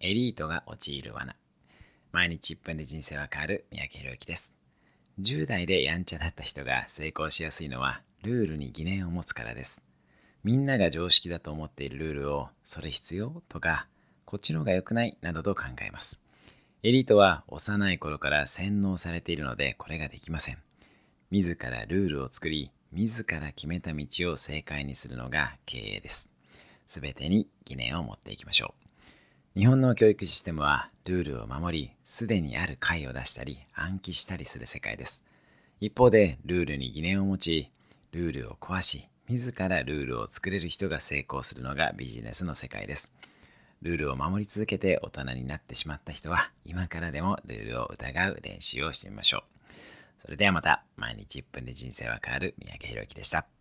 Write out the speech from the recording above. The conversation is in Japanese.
エリートが陥る罠。毎日1分で人生は変わる三宅宏之です。10代でやんちゃだった人が成功しやすいのはルールに疑念を持つからです。みんなが常識だと思っているルールをそれ必要とかこっちの方が良くないなどと考えます。エリートは幼い頃から洗脳されているのでこれができません。自らルールを作り、自ら決めた道を正解にするのが経営です。すべてに疑念を持っていきましょう。日本の教育システムはルールを守り、すでにある解を出したり暗記したりする世界です。一方でルールに疑念を持ち、ルールを壊し、自らルールを作れる人が成功するのがビジネスの世界です。ルールを守り続けて大人になってしまった人は、今からでもルールを疑う練習をしてみましょう。それではまた、毎日1分で人生は変わる三宅宏之でした。